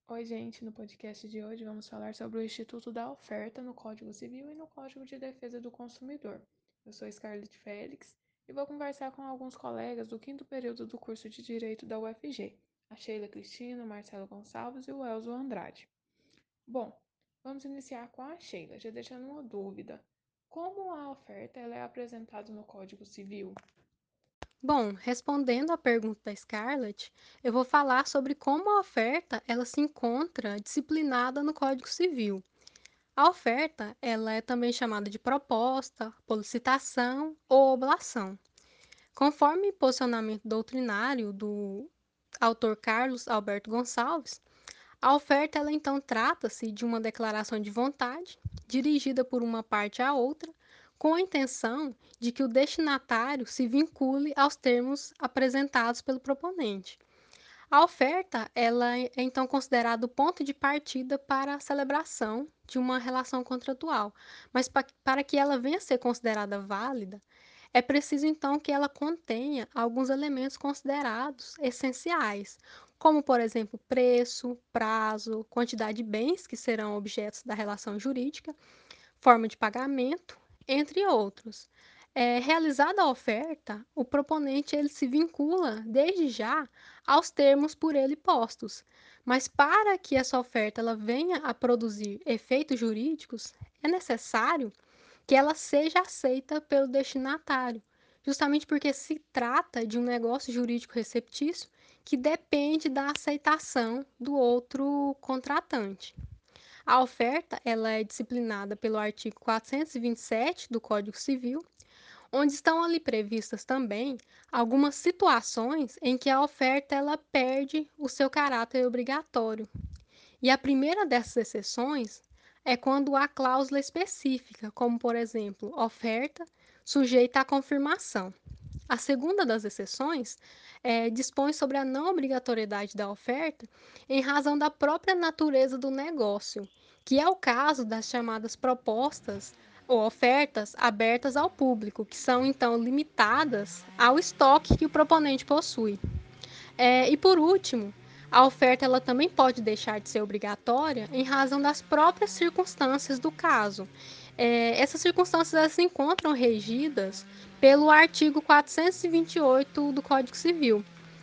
Oi, gente. No podcast de hoje vamos falar sobre o Instituto da Oferta no Código Civil e no Código de Defesa do Consumidor. Eu sou Scarlett Félix e vou conversar com alguns colegas do quinto período do curso de Direito da UFG, a Sheila Cristina, o Marcelo Gonçalves e o Elzo Andrade. Bom, vamos iniciar com a Sheila, já deixando uma dúvida. Como a oferta ela é apresentada no Código Civil? Bom, respondendo à pergunta da Scarlett, eu vou falar sobre como a oferta ela se encontra disciplinada no Código Civil. A oferta ela é também chamada de proposta, solicitação ou oblação. Conforme posicionamento doutrinário do autor Carlos Alberto Gonçalves, a oferta ela então trata-se de uma declaração de vontade dirigida por uma parte à outra, com a intenção de que o destinatário se vincule aos termos apresentados pelo proponente. A oferta ela é então considerada o ponto de partida para a celebração de uma relação contratual, mas para que ela venha a ser considerada válida, é preciso então que ela contenha alguns elementos considerados essenciais, como por exemplo preço, prazo, quantidade de bens que serão objetos da relação jurídica, forma de pagamento, entre outros. Realizada a oferta, o proponente ele se vincula desde já aos termos por ele postos. Mas para que essa oferta ela venha a produzir efeitos jurídicos, é necessário que ela seja aceita pelo destinatário, justamente porque se trata de um negócio jurídico receptício que depende da aceitação do outro contratante. A oferta ela é disciplinada pelo artigo 427 do Código Civil, onde estão ali previstas também algumas situações em que a oferta ela perde o seu caráter obrigatório. E a primeira dessas exceções é quando há cláusula específica, como por exemplo, oferta sujeita à confirmação. A segunda das exceções dispõe sobre a não obrigatoriedade da oferta em razão da própria natureza do negócio, que é o caso das chamadas propostas ou ofertas abertas ao público, que são então limitadas ao estoque que o proponente possui. E por último, a oferta ela também pode deixar de ser obrigatória em razão das próprias circunstâncias do caso. Essas circunstâncias elas se encontram regidas pelo artigo 428 do Código Civil.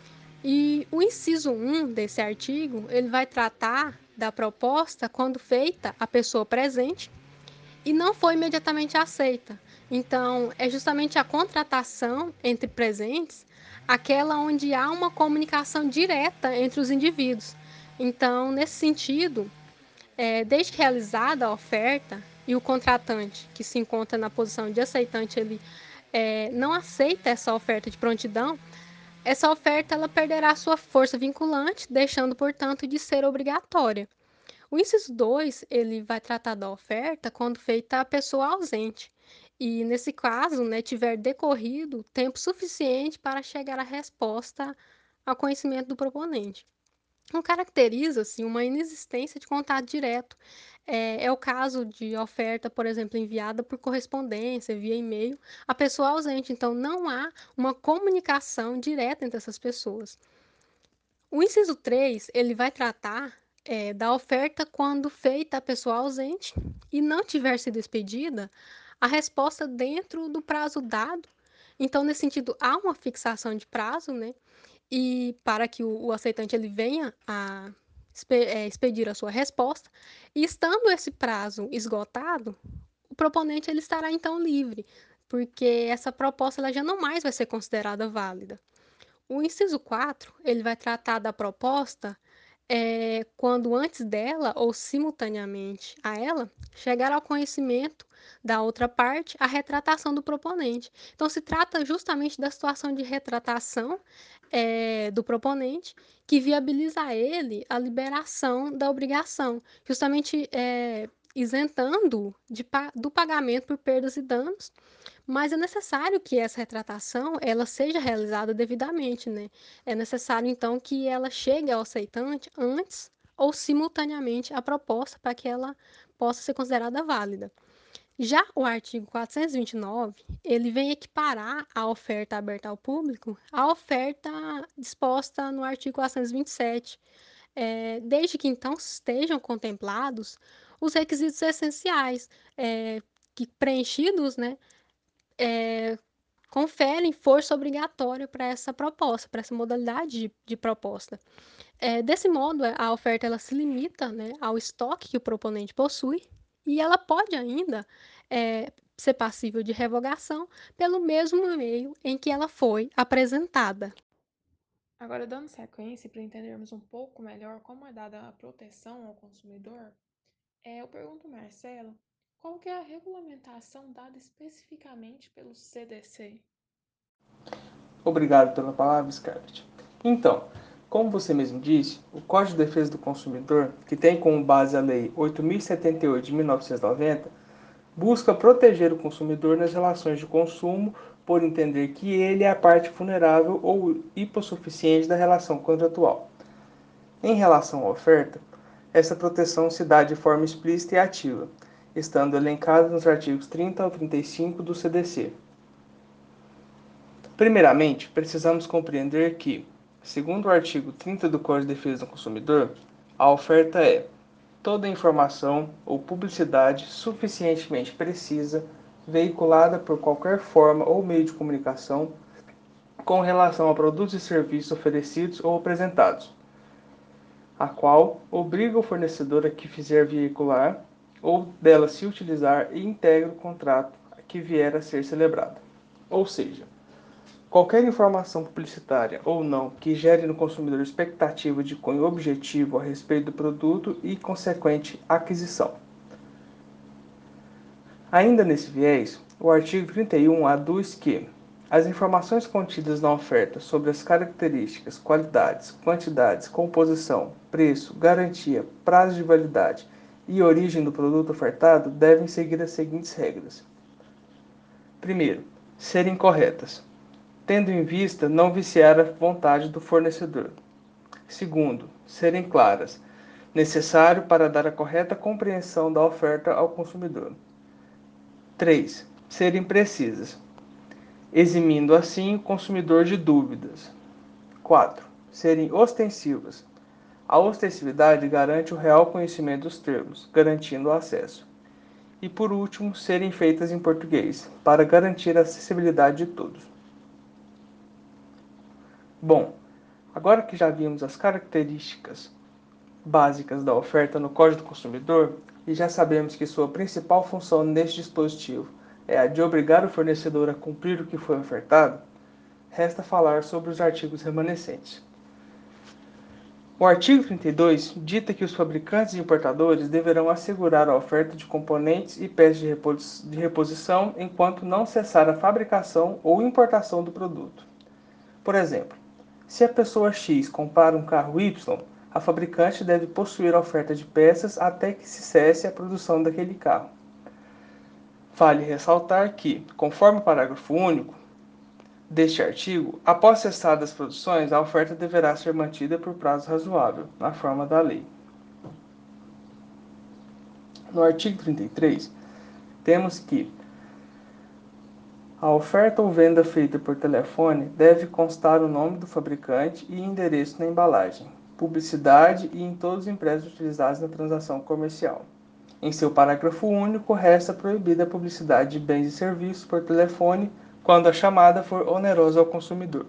E o inciso 1 desse artigo, ele vai tratar da proposta quando feita à pessoa presente e não foi imediatamente aceita. Então, é justamente a contratação entre presentes, aquela onde há uma comunicação direta entre os indivíduos. Então, nesse sentido, desde que realizada a oferta e o contratante, que se encontra na posição de aceitante, ele não aceita essa oferta de prontidão, essa oferta ela perderá sua força vinculante, deixando, portanto, de ser obrigatória. O inciso 2 ele vai tratar da oferta quando feita a pessoa ausente. E nesse caso, né, tiver decorrido tempo suficiente para chegar à resposta ao conhecimento do proponente. Não caracteriza-se uma inexistência de contato direto. É o caso de oferta, por exemplo, enviada por correspondência, via e-mail, a pessoa ausente. Então, não há uma comunicação direta entre essas pessoas. O inciso 3 ele vai tratar da oferta quando feita a pessoa ausente e não tiver sido expedida a resposta dentro do prazo dado. Então, nesse sentido, há uma fixação de prazo, né? E para que o aceitante ele venha a expedir a sua resposta, e estando esse prazo esgotado, o proponente ele estará então livre, porque essa proposta ela já não mais vai ser considerada válida. O inciso 4 ele vai tratar da proposta quando antes dela ou simultaneamente a ela chegar ao conhecimento da outra parte a retratação do proponente. Então, se trata justamente da situação de retratação do proponente que viabiliza a ele a liberação da obrigação, justamente isentando do pagamento por perdas e danos, mas é necessário que essa retratação ela seja realizada devidamente, né? É necessário então que ela chegue ao aceitante antes ou simultaneamente à proposta para que ela possa ser considerada válida. Já o artigo 429, ele vem equiparar a oferta aberta ao público à oferta disposta no artigo 427, desde que então estejam contemplados os requisitos essenciais, que preenchidos, né, eh, conferem força obrigatória para essa proposta, para essa modalidade de proposta. Desse modo, a oferta ela se limita, né, ao estoque que o proponente possui e ela pode ainda ser passível de revogação pelo mesmo meio em que ela foi apresentada. Agora, dando sequência para entendermos um pouco melhor como é dada a proteção ao consumidor, eu pergunto, Marcelo, qual que é a regulamentação dada especificamente pelo CDC? Obrigado pela palavra, Scarlett. Então, como você mesmo disse, o Código de Defesa do Consumidor, que tem como base a Lei 8.078 de 1990, busca proteger o consumidor nas relações de consumo por entender que ele é a parte vulnerável ou hipossuficiente da relação contratual. Em relação à oferta, essa proteção se dá de forma explícita e ativa, estando elencada nos artigos 30 ao 35 do CDC. Primeiramente, precisamos compreender que, segundo o artigo 30 do Código de Defesa do Consumidor, a oferta é toda informação ou publicidade suficientemente precisa, veiculada por qualquer forma ou meio de comunicação, com relação a produtos e serviços oferecidos ou apresentados, a qual obriga o fornecedor a que fizer veicular ou dela se utilizar e integra o contrato que vier a ser celebrado. Ou seja, qualquer informação publicitária ou não que gere no consumidor expectativa de cunho objetivo a respeito do produto e consequente aquisição. Ainda nesse viés, o artigo 31 aduz que as informações contidas na oferta sobre as características, qualidades, quantidades, composição, preço, garantia, prazo de validade e origem do produto ofertado devem seguir as seguintes regras. Primeiro, serem corretas, tendo em vista não viciar a vontade do fornecedor. Segundo, serem claras, necessário para dar a correta compreensão da oferta ao consumidor. 3. Serem precisas, eximindo assim o consumidor de dúvidas. 4. Serem ostensivas. A ostensividade garante o real conhecimento dos termos, garantindo o acesso. E por último, serem feitas em português, para garantir a acessibilidade de todos. Bom, agora que já vimos as características básicas da oferta no Código do Consumidor e já sabemos que sua principal função neste dispositivo é a de obrigar o fornecedor a cumprir o que foi ofertado, resta falar sobre os artigos remanescentes. O artigo 32 dita que os fabricantes e importadores deverão assegurar a oferta de componentes e peças de reposição enquanto não cessar a fabricação ou importação do produto. Por exemplo, se a pessoa X comprar um carro Y, a fabricante deve possuir a oferta de peças até que se cesse a produção daquele carro. Vale ressaltar que, conforme o parágrafo único deste artigo, após cessadas as produções, a oferta deverá ser mantida por prazo razoável, na forma da lei. No artigo 33, temos que a oferta ou venda feita por telefone deve constar o nome do fabricante e endereço na embalagem, publicidade e em todos os impressos utilizados na transação comercial. Em seu parágrafo único, resta proibida a publicidade de bens e serviços por telefone quando a chamada for onerosa ao consumidor.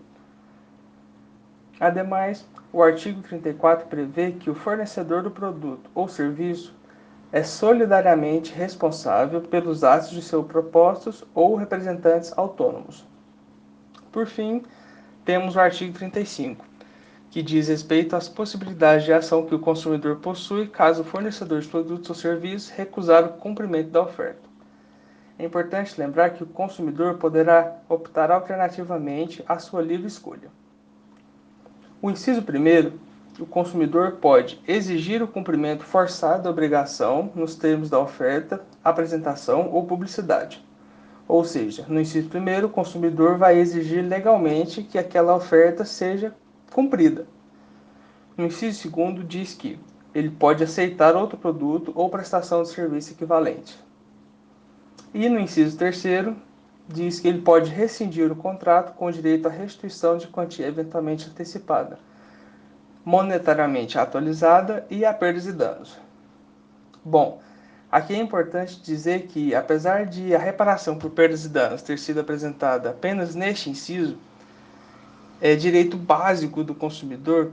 Ademais, o artigo 34 prevê que o fornecedor do produto ou serviço é solidariamente responsável pelos atos de seus propostos ou representantes autônomos. Por fim, temos o artigo 35, que diz respeito às possibilidades de ação que o consumidor possui caso o fornecedor de produtos ou serviços recusar o cumprimento da oferta. É importante lembrar que o consumidor poderá optar alternativamente à sua livre escolha. O inciso primeiro, o consumidor pode exigir o cumprimento forçado da obrigação nos termos da oferta, apresentação ou publicidade. Ou seja, no inciso primeiro, o consumidor vai exigir legalmente que aquela oferta seja cumprida. No inciso segundo, diz que ele pode aceitar outro produto ou prestação de serviço equivalente. E no inciso terceiro, diz que ele pode rescindir o contrato com direito à restituição de quantia eventualmente antecipada. monetariamente atualizada e a perdas e danos. Bom, aqui é importante dizer que, apesar de a reparação por perdas e danos ter sido apresentada apenas neste inciso, é direito básico do consumidor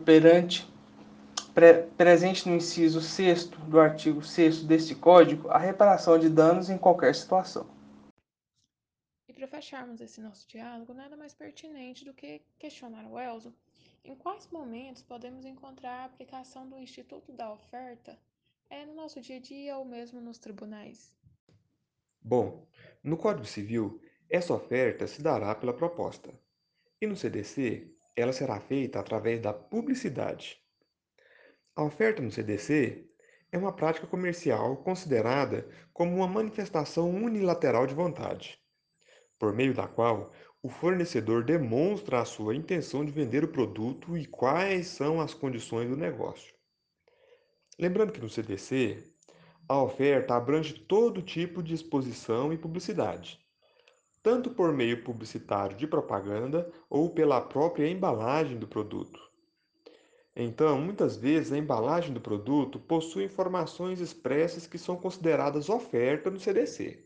presente no inciso 6º do artigo 6º deste Código, a reparação de danos em qualquer situação. E para fecharmos esse nosso diálogo, nada mais pertinente do que questionar o Elzo em quais momentos podemos encontrar a aplicação do Instituto da Oferta no nosso dia a dia ou mesmo nos tribunais. Bom, no Código Civil, essa oferta se dará pela proposta, e no CDC, ela será feita através da publicidade. A oferta no CDC é uma prática comercial considerada como uma manifestação unilateral de vontade, por meio da qual o fornecedor demonstra a sua intenção de vender o produto e quais são as condições do negócio. Lembrando que no CDC, a oferta abrange todo tipo de exposição e publicidade, tanto por meio publicitário de propaganda ou pela própria embalagem do produto. Então, muitas vezes a embalagem do produto possui informações expressas que são consideradas oferta no CDC.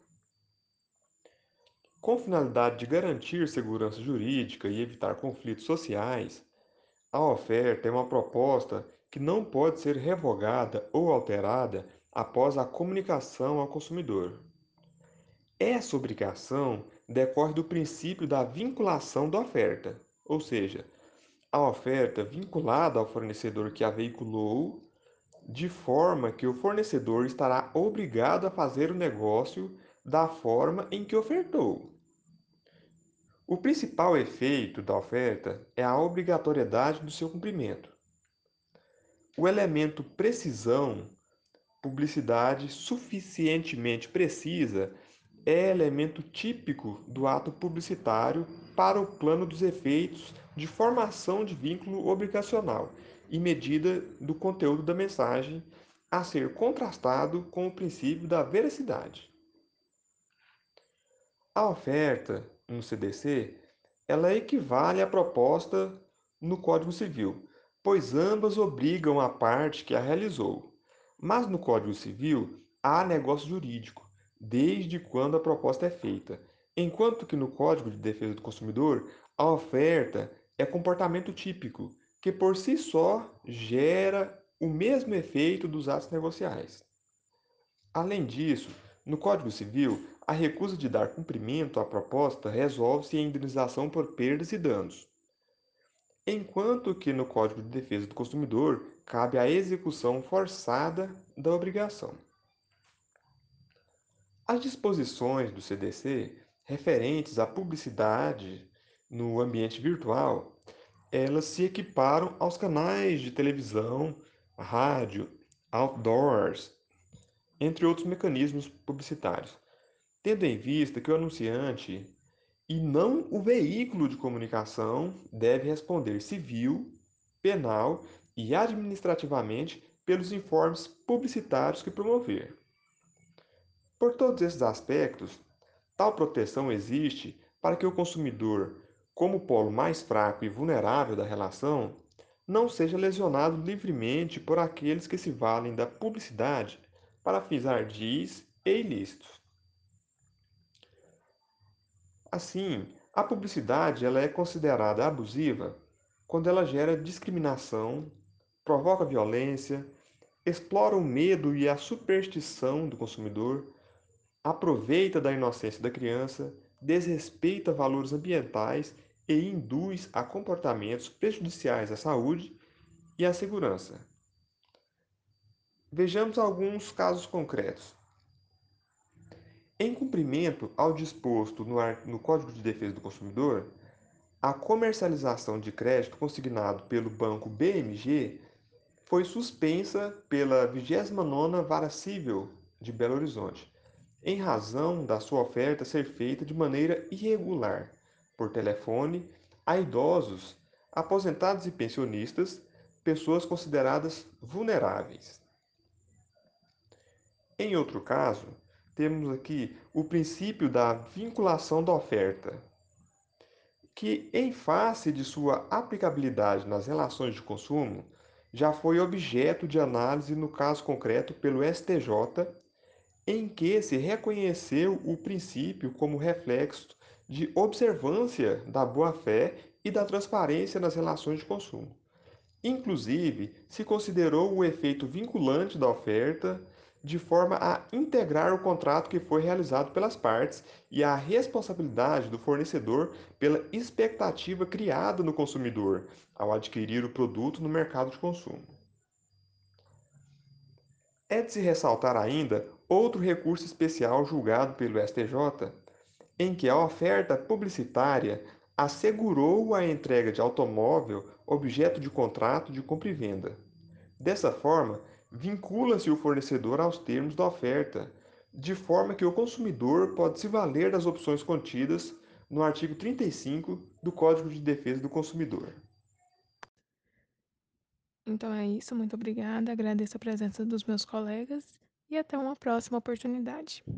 Com finalidade de garantir segurança jurídica e evitar conflitos sociais, a oferta é uma proposta que não pode ser revogada ou alterada após a comunicação ao consumidor. Essa obrigação decorre do princípio da vinculação da oferta, ou seja, a oferta vinculada ao fornecedor que a veiculou, de forma que o fornecedor estará obrigado a fazer o negócio da forma em que ofertou. O principal efeito da oferta é a obrigatoriedade do seu cumprimento. O elemento precisão, publicidade suficientemente precisa, é elemento típico do ato publicitário para o plano dos efeitos de formação de vínculo obrigacional e medida do conteúdo da mensagem a ser contrastado com o princípio da veracidade. A oferta no CDC, ela equivale à proposta no Código Civil, pois ambas obrigam a parte que a realizou. Mas no Código Civil há negócio jurídico, desde quando a proposta é feita, enquanto que no Código de Defesa do Consumidor, a oferta é comportamento típico, que por si só gera o mesmo efeito dos atos negociais. Além disso, no Código Civil, a recusa de dar cumprimento à proposta resolve-se em indenização por perdas e danos, enquanto que no Código de Defesa do Consumidor cabe a execução forçada da obrigação. As disposições do CDC referentes à publicidade no ambiente virtual, elas se equiparam aos canais de televisão, rádio, outdoors, entre outros mecanismos publicitários, tendo em vista que o anunciante e não o veículo de comunicação deve responder civil, penal e administrativamente pelos informes publicitários que promover. Por todos esses aspectos, tal proteção existe para que o consumidor, como polo mais fraco e vulnerável da relação, não seja lesionado livremente por aqueles que se valem da publicidade para fins ardis e ilícitos. Assim, a publicidade ela é considerada abusiva quando ela gera discriminação, provoca violência, explora o medo e a superstição do consumidor, aproveita da inocência da criança, desrespeita valores ambientais e induz a comportamentos prejudiciais à saúde e à segurança. Vejamos alguns casos concretos. Em cumprimento ao disposto no Código de Defesa do Consumidor, a comercialização de crédito consignado pelo banco BMG foi suspensa pela 29ª Vara Civil de Belo Horizonte, em razão da sua oferta ser feita de maneira irregular, por telefone, a idosos, aposentados e pensionistas, pessoas consideradas vulneráveis. Em outro caso, temos aqui o princípio da vinculação da oferta, que, em face de sua aplicabilidade nas relações de consumo, já foi objeto de análise no caso concreto pelo STJ, em que se reconheceu o princípio como reflexo de observância da boa-fé e da transparência nas relações de consumo. Inclusive, se considerou o efeito vinculante da oferta de forma a integrar o contrato que foi realizado pelas partes e a responsabilidade do fornecedor pela expectativa criada no consumidor ao adquirir o produto no mercado de consumo. É de se ressaltar ainda outro recurso especial julgado pelo STJ, em que a oferta publicitária assegurou a entrega de automóvel objeto de contrato de compra e venda. Dessa forma, vincula-se o fornecedor aos termos da oferta, de forma que o consumidor pode se valer das opções contidas no artigo 35 do Código de Defesa do Consumidor. Então é isso, muito obrigada, agradeço a presença dos meus colegas e até uma próxima oportunidade.